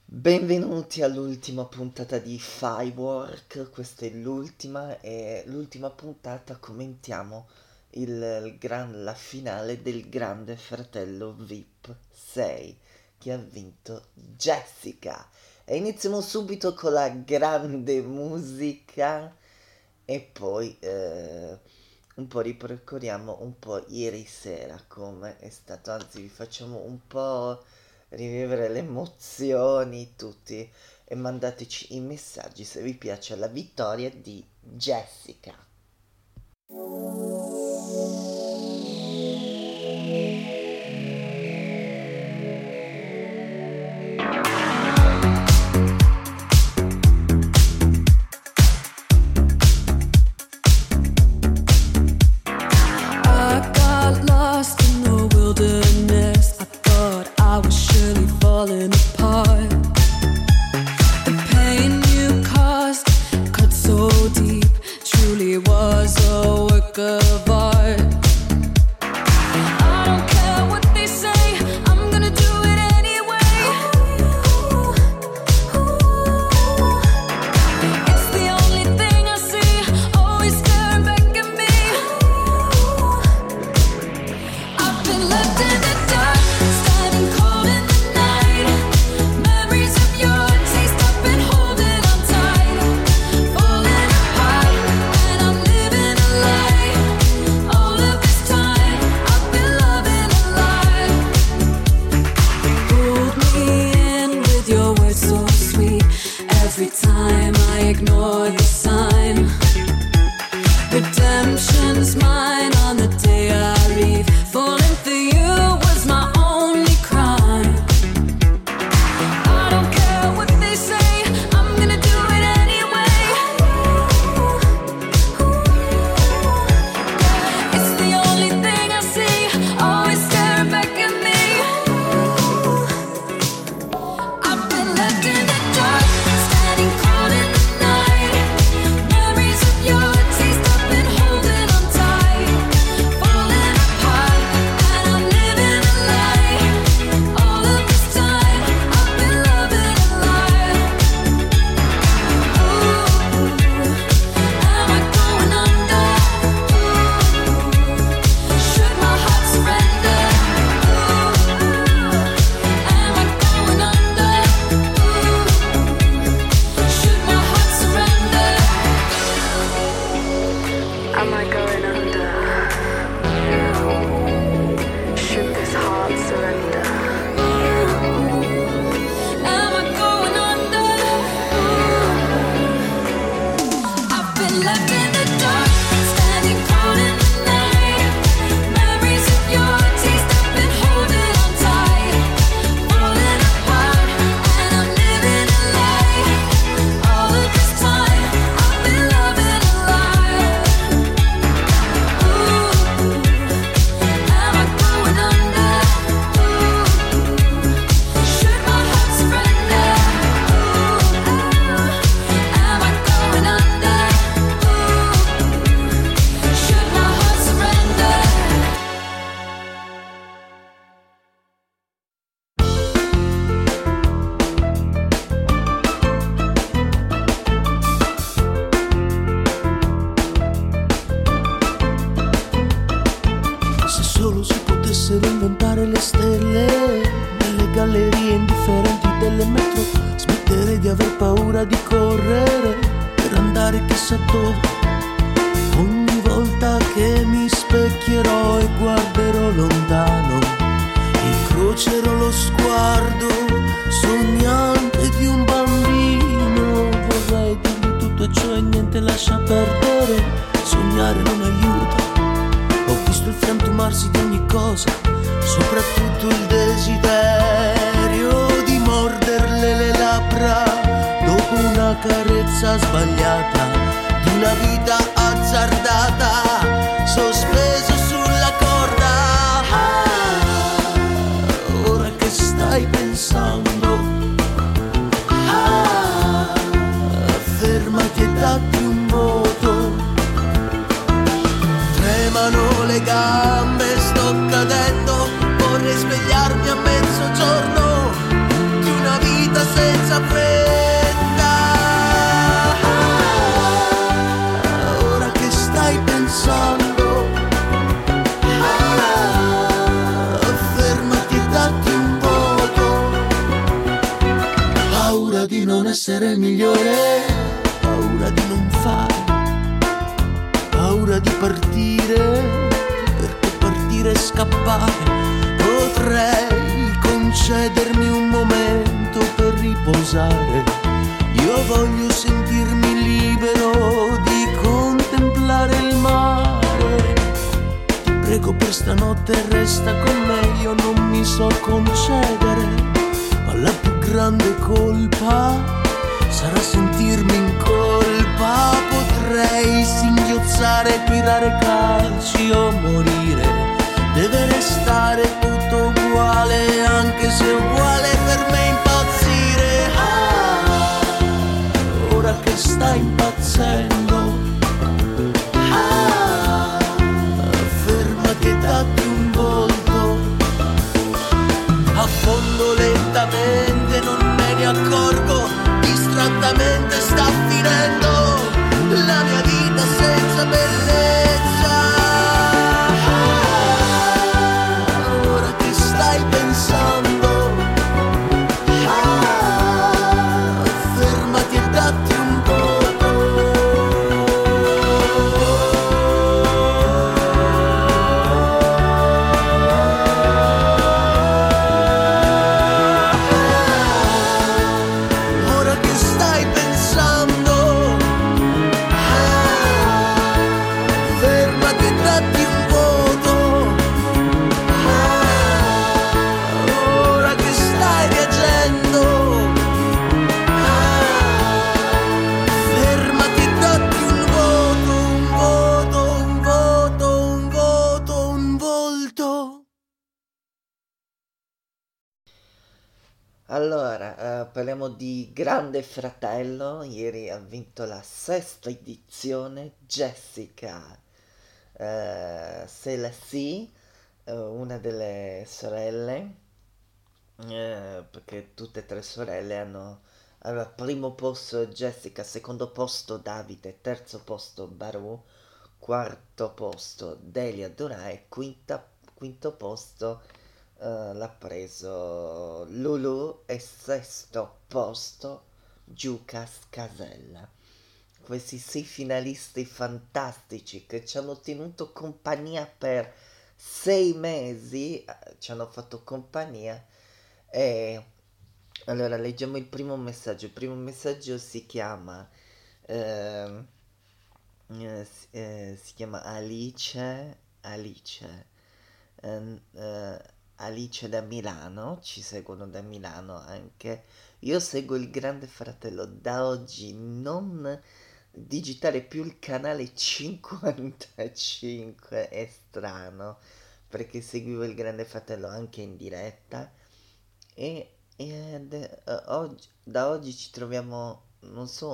Benvenuti all'ultima puntata di Firework, questa è l'ultima puntata, commentiamo la finale del Grande Fratello VIP 6 che ha vinto Jessica. E iniziamo subito con la grande musica e poi un po' ripercorriamo un po' ieri sera come è stato, anzi vi facciamo un po' rivivere le emozioni tutti e mandateci i messaggi se vi piace la vittoria di Jessica. Falling apart. The pain you caused cut so deep, truly was a work of art. I don't care what they say, I'm gonna do it anyway. It's the only thing I see, always staring back at me. I've been left in the dark, standing cold in the memories of your taste, I've been holding on tight, falling apart, and I'm living a lie. All of this time, I've been loving a lie. Hold me in with your words so sweet. Every time I ignore the sign, redemption's mine on the day I leave. Falling for you was my only crime. Reinventare le stelle nelle gallerie indifferenti delle metro, smettere di aver paura di correre per andare chissà dove. Ogni volta che mi specchierò e guarderò lontano, incrocerò lo sguardo sognante di un bambino. Vorrei dirgli tutto ciò e niente lascia perdere, sognare non aiuta. Ho visto il frantumarsi di ogni cosa, soprattutto il desiderio di morderle le labbra dopo una carezza sbagliata di una vita azzardata, sospeso sulla corda. Ora che stai pensando, fermati e datti un voto. Tremano le gambe, sto cadendo, vorrei svegliarmi a mezzogiorno di una vita senza essere il migliore. Paura di non fare, paura di partire, perché partire e scappare. Potrei concedermi un momento per riposare. Io voglio sentirmi libero di contemplare il mare. Ti prego per stanotte resta con me, io non mi so concedere, ma la più grande colpa sarà sentirmi in colpa. Potrei singhiozzare, tirare calci o morire. Deve restare tutto uguale, anche se uguale per me impazzire. Ora che stai impazzendo, fermati e datti un volto. Affondo lentamente, non me ne accorgo, distrattamente sta finendo la mia vita senza bellezza. Ora che stai pensando, fermati e datti un voto. Ora che stai pensando, fermati e datti un voto. Ora che stai reagendo, fermati e datti un voto, un voto, un voto, un voto, un volto. Allora, parliamo di Grande Fratello. Ieri ha vinto la sesta edizione Jessica Selassie, una delle sorelle, perché tutte e tre sorelle hanno. Allora, primo posto Jessica, secondo posto Davide, terzo posto Baru, quarto posto Delia Dorà e quinto posto l'ha preso Lulu e sesto posto Giucas Casella. Questi sei finalisti fantastici che ci hanno tenuto compagnia per 6 mesi, ci hanno fatto compagnia e allora leggiamo il primo messaggio. Il primo messaggio si chiama ehm, si chiama ehm, eh, Alice da Milano, ci seguono da Milano anche. Io seguo il Grande Fratello da oggi, non digitare più il canale 55, è strano, perché seguivo il Grande Fratello anche in diretta da oggi ci troviamo, non so,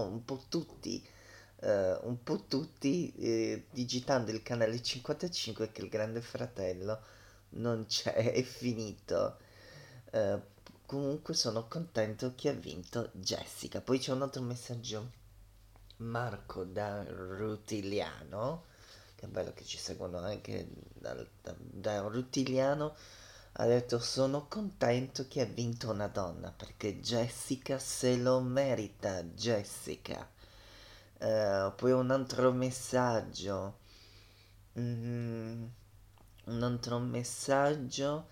un po' tutti digitando il canale 55 che il Grande Fratello non c'è, è finito. Eh, Comunque sono contento che ha vinto Jessica. Poi c'è un altro messaggio, Marco da Rutiliano, che bello che ci seguono anche da Rutiliano, ha detto sono contento che ha vinto una donna perché Jessica se lo merita, Jessica. Poi un altro messaggio. Mm, un altro messaggio.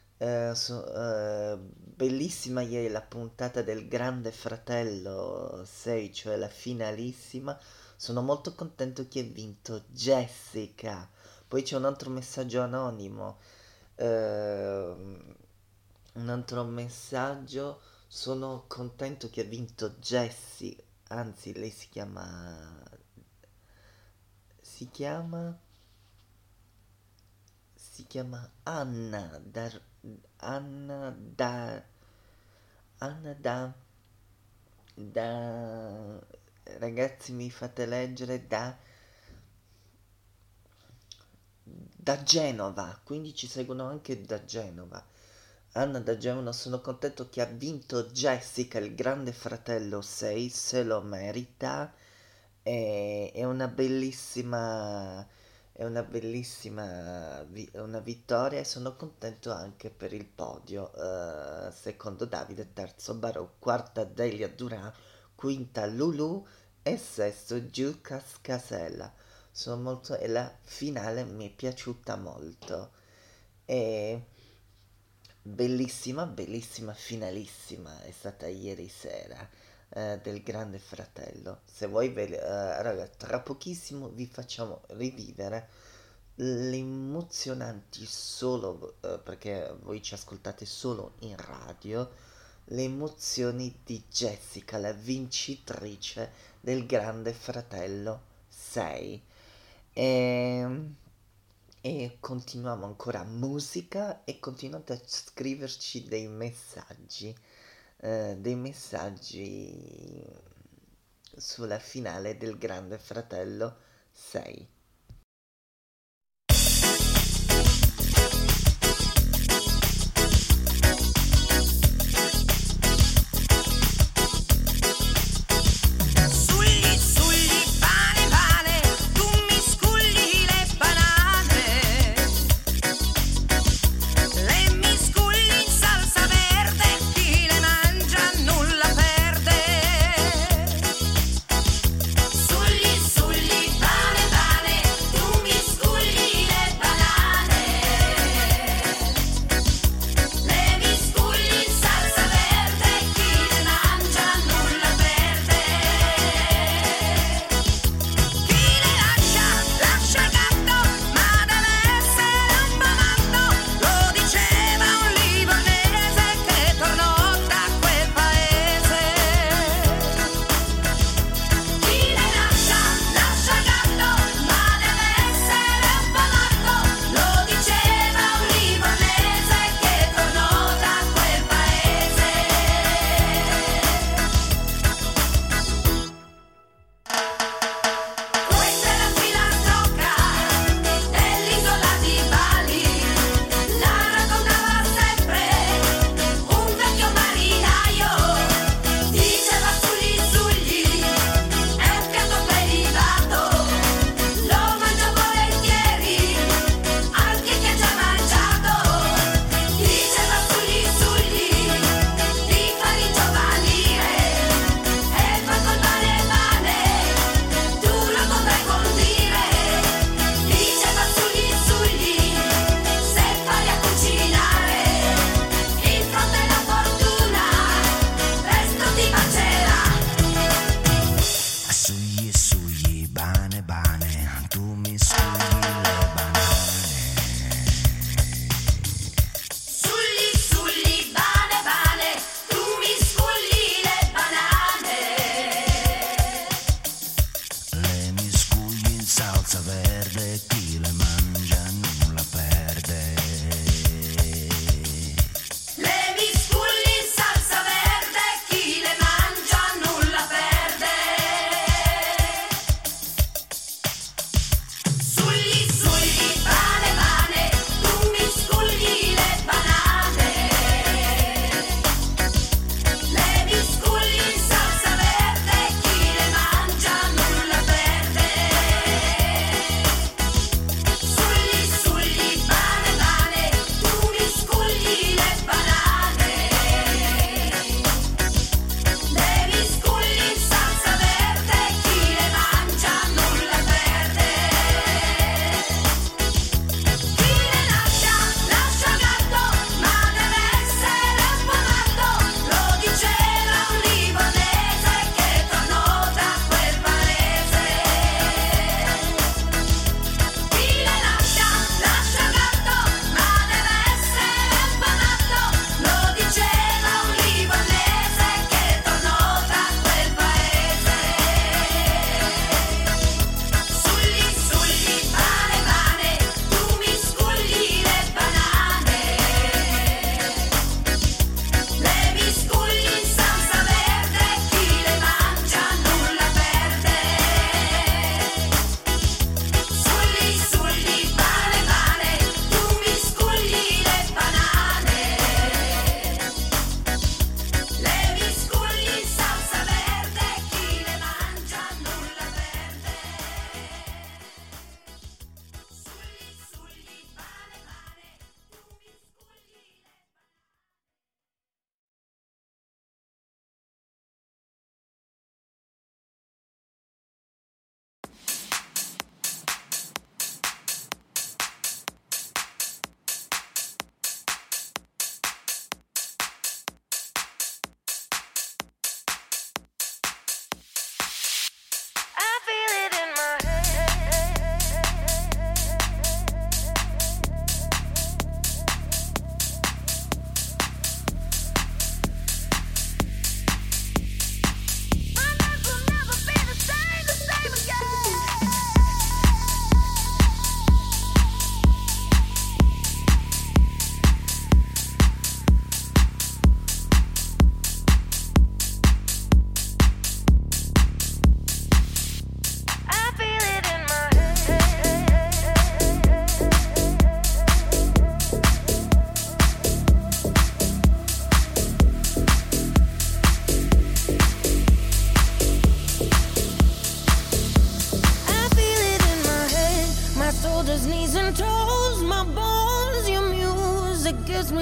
Bellissima ieri la puntata del Grande Fratello 6, cioè la finalissima. Sono molto contento che ha vinto Jessica. Poi c'è un altro messaggio anonimo. Un altro messaggio. Sono contento che ha vinto Jessie. Anzi, lei si chiama. Si chiama. Si chiama Anna. Anna da. Anna da. Ragazzi, mi fate leggere da Genova. Quindi ci seguono anche da Genova. Anna da Genova, sono contento che ha vinto Jessica, il Grande Fratello 6, se lo merita. È una bellissima è una bellissima una vittoria e sono contento anche per il podio. Secondo Davide, terzo Barò, quarta Delia Duran, quinta Lulu e sesto Giucas Casella. Sono molto e la finale mi è piaciuta molto. E bellissima, bellissima, finalissima è stata ieri sera del Grande Fratello. Se vuoi, raga, tra pochissimo vi facciamo rivivere le emozionanti solo, perché voi ci ascoltate solo in radio, le emozioni di Jessica, la vincitrice del Grande Fratello 6. E, e continuiamo ancora musica e continuate a scriverci dei messaggi sulla finale del Grande Fratello 6. Sugli, sugli, pane, pane, tu mi scugli le banane, le miscugli in salsa verde, chi le mangia nulla perde. Sugli, sugli, pane, pane,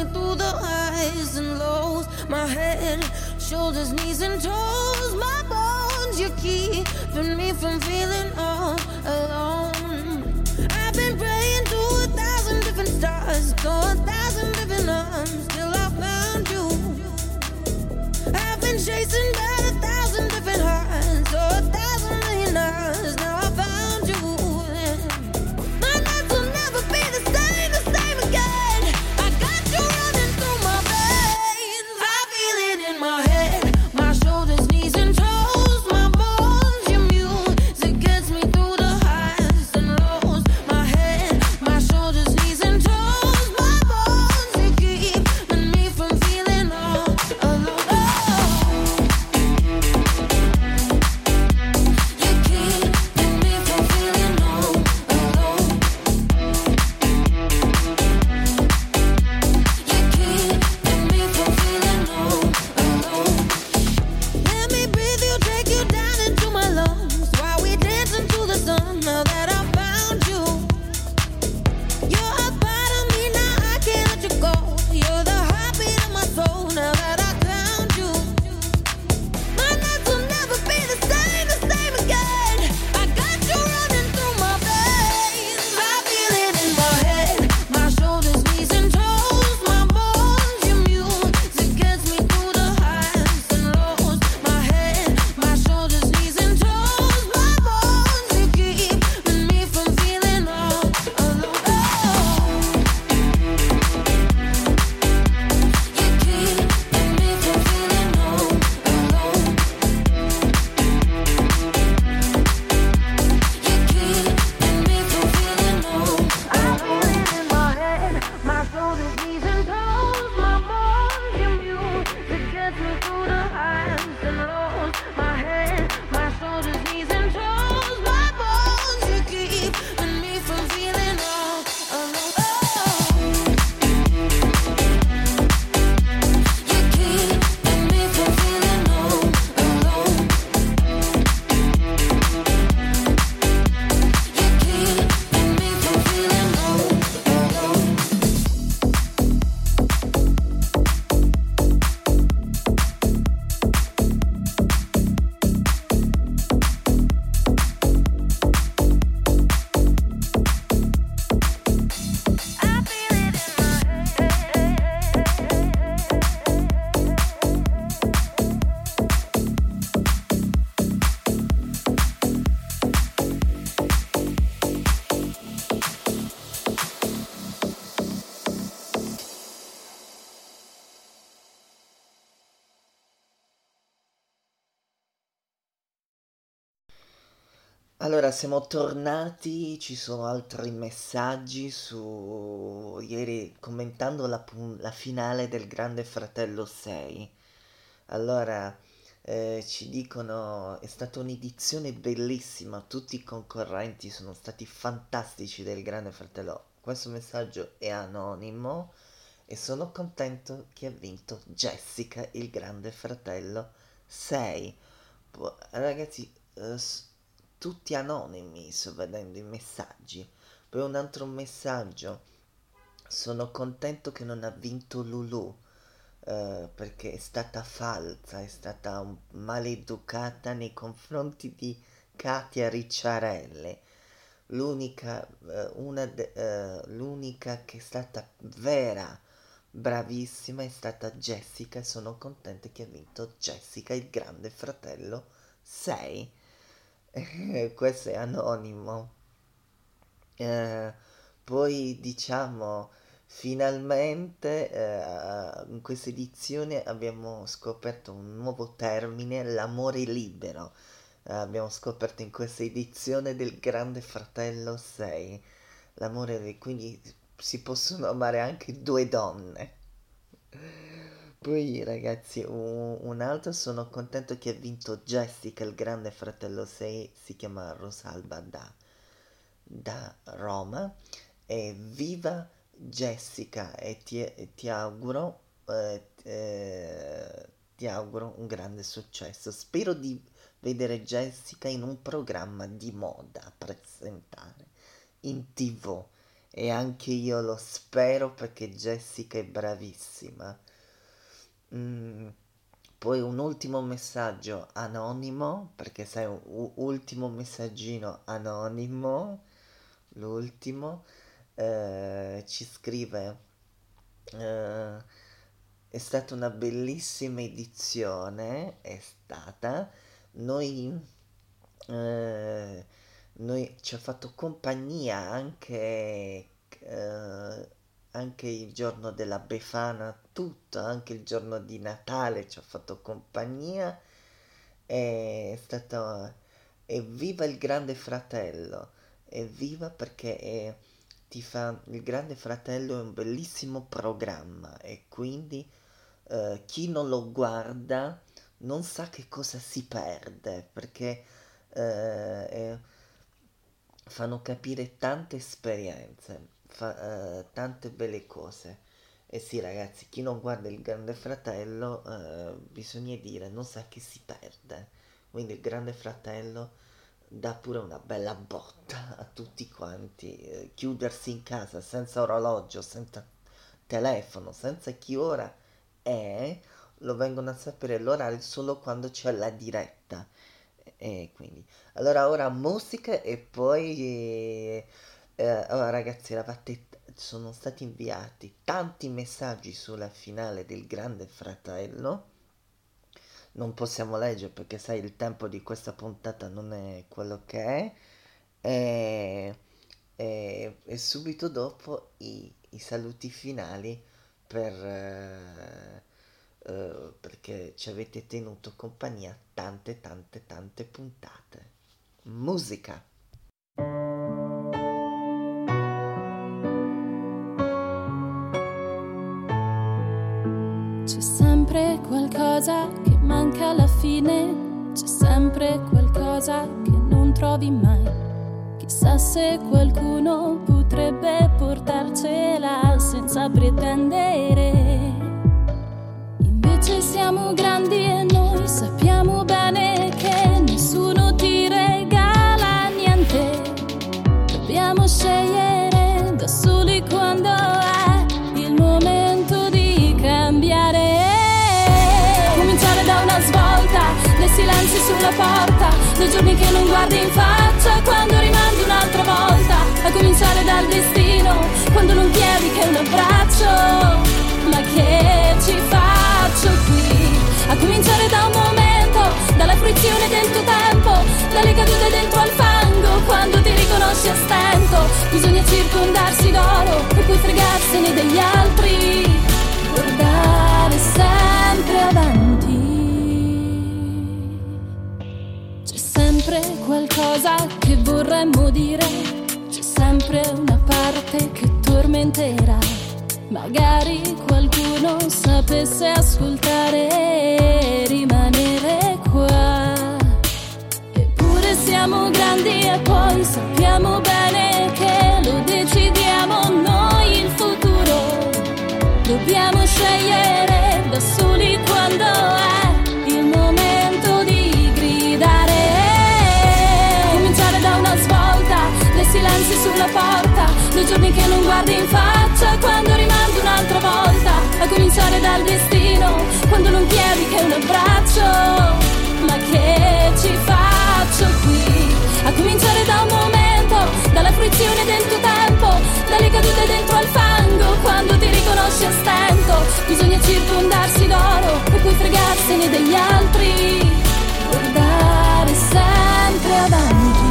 me through the highs and lows. My head, shoulders, knees and toes. My bones, you're keeping me from feeling all alone. I've been praying to 1,000 different stars, to 1,000 different arms, till I found you. I've been chasing by 1,000 different hearts, or 1,000 million hours. Now I found you. My nights will never be the same again. I got you running through my veins. I feel it in my head, my shoulders, knees and toes. My bones, your music gets me through the highs and lows. My head, my shoulders, knees and toes. My bones, you keeping me from feeling all alone. You keeping me from feeling all alone. You keeping me from feeling all alone. Let me breathe you, take you down into my lungs while we dance into the sun. Now that I found you, you're a part of me. Now I can't let you go. You're the heartbeat of my soul. Now that I found you, my nights will never be the same again. I got you running through my veins. I feel it in my head, my shoulders, knees and toes. My bones, your music gets me through the highs and lows. My head, my shoulders, knees and toes. My bones, you keeping me from feeling all alone. You keeping me from feeling all alone. You keeping me from feeling all. I feel it in my head, my shoulders, knees and toes. My bones, your music gets me through the highs and lows. My head, my shoulders, knees and toes. My bones, you keeping me from feeling all alone. You keeping me from feeling all alone. You keeping me from feeling all alone. I feel it in my Allora, siamo tornati, ci sono altri messaggi su ieri commentando la finale del Grande Fratello 6. Allora, ci dicono, è stata un'edizione bellissima, tutti i concorrenti sono stati fantastici del Grande Fratello. Questo messaggio è anonimo e sono contento che ha vinto Jessica, il Grande Fratello 6. Ragazzi, tutti anonimi, sto vedendo i messaggi. Poi un altro messaggio. Sono contento che non ha vinto Lulu, perché è stata falsa, è stata maleducata nei confronti di Katia Ricciarelli. L'unica che è stata vera, bravissima è stata Jessica. Sono contenta che ha vinto Jessica, il Grande Fratello 6. Questo è anonimo. Eh, Poi diciamo, finalmente in questa edizione abbiamo scoperto un nuovo termine, l'amore libero. Abbiamo scoperto in questa edizione del Grande Fratello 6. Quindi si possono amare anche due donne. Poi ragazzi, un altro, sono contento che ha vinto Jessica, il Grande Fratello 6, si chiama Rosalba da Roma. E viva Jessica e ti auguro, ti auguro un grande successo. Spero di vedere Jessica in un programma di moda a presentare in TV. e anche io lo spero perché Jessica è bravissima. Mm, Poi un ultimo messaggio anonimo, perché sai, ultimo messaggino anonimo, l'ultimo, ci scrive, eh, è stata una bellissima edizione, è stata, noi, eh, noi ci ha fatto compagnia anche il giorno della Befana, tutto, anche il giorno di Natale ci ha fatto compagnia. È stato... Evviva il Grande Fratello! Evviva perché il Grande Fratello è un bellissimo programma e quindi chi non lo guarda non sa che cosa si perde perché eh, fanno capire tante esperienze, tante belle cose. E sì, ragazzi, chi non guarda il Grande Fratello, bisogna dire, non sa che si perde. Quindi il Grande Fratello dà pure una bella botta a tutti quanti. Chiudersi in casa senza orologio, senza telefono, senza chi ora è, lo vengono a sapere l'orario solo quando c'è la diretta. E quindi, allora ora musica e poi oh, ragazzi, sono stati inviati tanti messaggi sulla finale del Grande Fratello. Non possiamo leggere perché sai il tempo di questa puntata non è quello che è. E, e subito dopo i saluti finali perché ci avete tenuto compagnia tante tante tante puntate. Musica! C'è sempre qualcosa che manca alla fine, c'è sempre qualcosa che non trovi mai. Chissà se qualcuno potrebbe portarcela senza pretendere. Invece siamo grandi e noi sappiamo bene che nessuno ti regala niente. Dobbiamo scegliere da soli quando è il momento di cambiare. Cominciare da una svolta, dei silenzi sulla porta, dei giorni che non guardi in faccia quando rimandi un'altra volta. A cominciare dal destino, quando non chiedi che un abbraccio, ma che ci faccio qui? A cominciare da un momento, dalla fruizione del tuo tempo, dalle cadute dentro al fango, quando ti riconosci a stento. Bisogna circondarsi d'oro e poi fregarsene degli altri, guardare sempre avanti. C'è sempre qualcosa che vorremmo dire, c'è sempre una parte che tormenterà. Magari qualcuno sapesse ascoltare e rimanere qua. Eppure siamo grandi e poi sappiamo bene che lo decidiamo noi il futuro. Dobbiamo scegliere da soli quando è il momento di gridare. Cominciare da una svolta, dei silenzi sulla porta, dei giorni che non guardi in faccia quando rimandi un'altra volta. A cominciare dal destino, quando non chiedi che un abbraccio, ma che ci faccio qui? A cominciare da un momento, dalla fruizione del tuo tempo, dalle cadute dentro al fango, quando ti riconosci a stento. Bisogna circondarsi d'oro e poi fregarsene degli altri, guardare sempre avanti.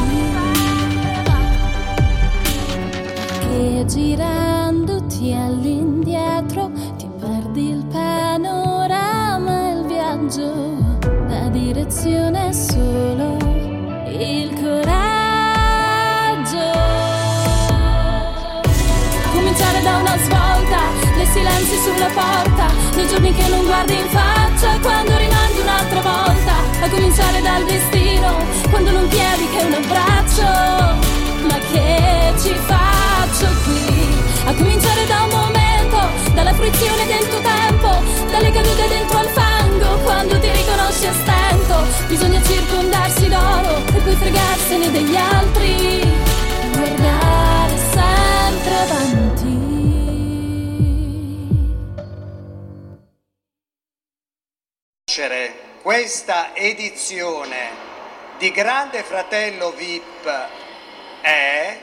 Che girandoti all'indietro ti perdi il panorama e il viaggio. La direzione è solo il coraggio. Cominciare da una svolta, dei silenzi sulla porta, dei giorni che non guardi in faccia quando rimandi un'altra volta. A cominciare dal destino, quando non chiedi che un abbraccio, ma che ci faccio qui? A cominciare da un momento, dalla fruizione del tuo tempo, dalle cadute dentro al fango, quando ti riconosci a stento. Bisogna circondarsi d'oro e poi fregarsene degli altri, guardare sempre avanti. Questa edizione di Grande Fratello VIP è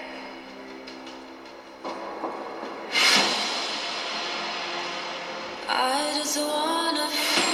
I just wanna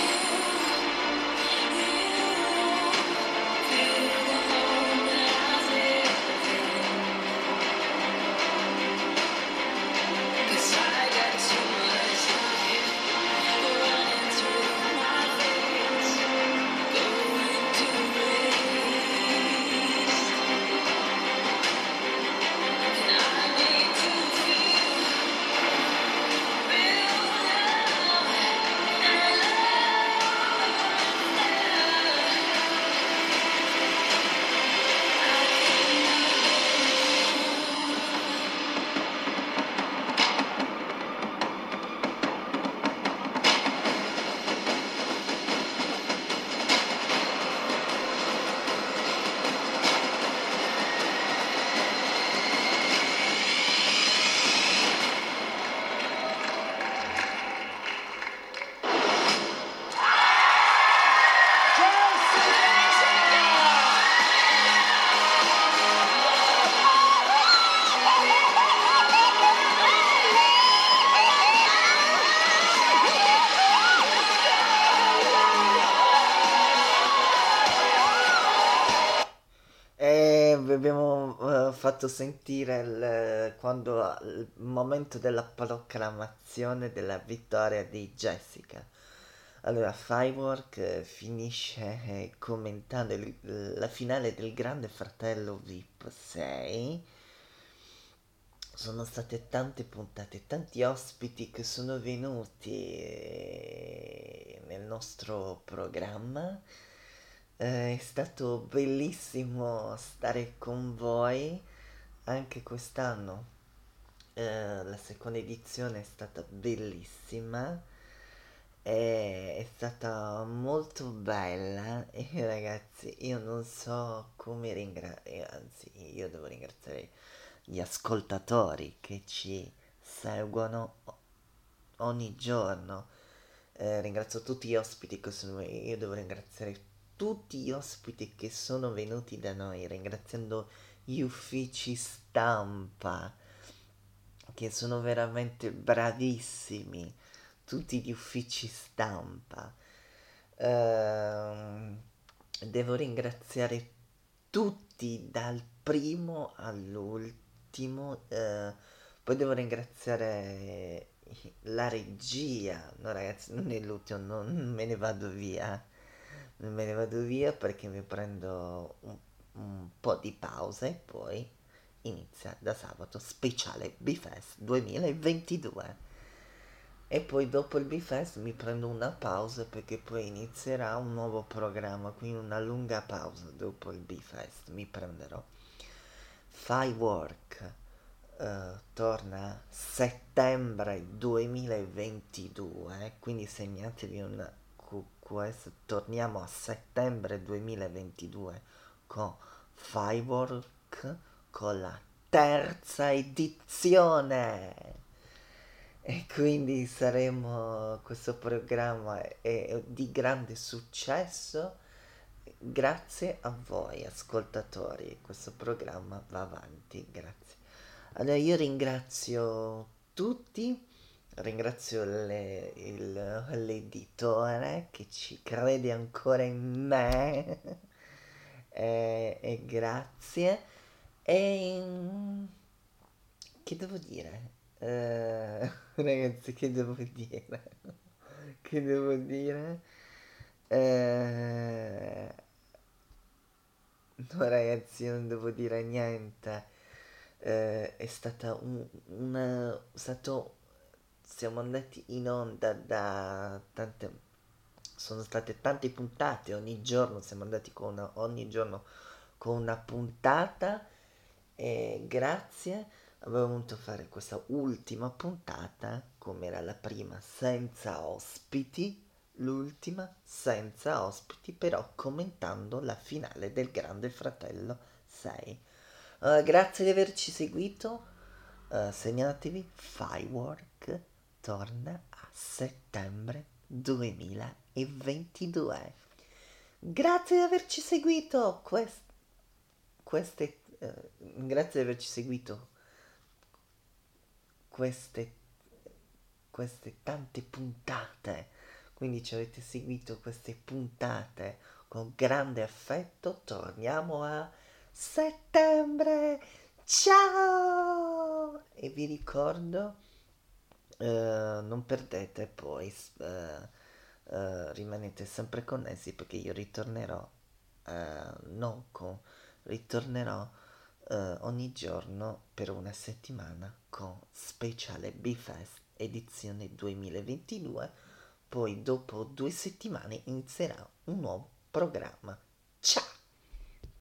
E vi abbiamo fatto sentire il momento della proclamazione della vittoria di Jessica. Allora, Firework finisce commentando la finale del Grande Fratello VIP 6. Sono state tante puntate, tanti ospiti che sono venuti nel nostro programma. È stato bellissimo stare con voi anche quest'anno. La seconda edizione è stata bellissima, è stata molto bella e ragazzi, io non so come ringraziare, anzi, io devo ringraziare gli ascoltatori che ci seguono ogni giorno. Ringrazio tutti gli ospiti che sono venuti. Io devo ringraziare tutti gli ospiti che sono venuti da noi, ringraziando gli uffici stampa che sono veramente bravissimi, tutti gli uffici stampa. Devo ringraziare tutti dal primo all'ultimo. Poi devo ringraziare la regia. No ragazzi, non è l'ultimo, non me ne vado via. Non me ne vado via perché mi prendo un po' di pausa e poi inizia da sabato speciale B-Fest 2022. E poi dopo il B-Fest mi prendo una pausa perché poi inizierà un nuovo programma, quindi una lunga pausa dopo il B-Fest mi prenderò. Firework torna a settembre 2022, quindi segnatevi questo, torniamo a settembre 2022 con Firework, con la terza edizione. E quindi questo programma è di grande successo. Grazie a voi ascoltatori, questo programma va avanti, grazie. Allora io ringrazio tutti, ringrazio l'editore che ci crede ancora in me e grazie. E che devo dire? Ragazzi, che devo dire? Che devo dire? No ragazzi, io non devo dire niente. È stata siamo andati in onda da tante, sono state tante puntate, ogni giorno siamo andati ogni giorno con una puntata e grazie, avevo voluto fare questa ultima puntata come era la prima senza ospiti, l'ultima senza ospiti però commentando la finale del Grande Fratello 6. Grazie di averci seguito, segnatevi, Firework torna a settembre 2022. Grazie di averci seguito. Grazie di averci seguito queste, queste tante puntate. Quindi ci avete seguito queste puntate con grande affetto. Torniamo a settembre. Ciao! E vi ricordo, non perdete poi, rimanete sempre connessi perché io ritornerò, non con, ritornerò ogni giorno per una settimana con speciale B-Fest edizione 2022, poi dopo 2 settimane inizierà un nuovo programma. Ciao!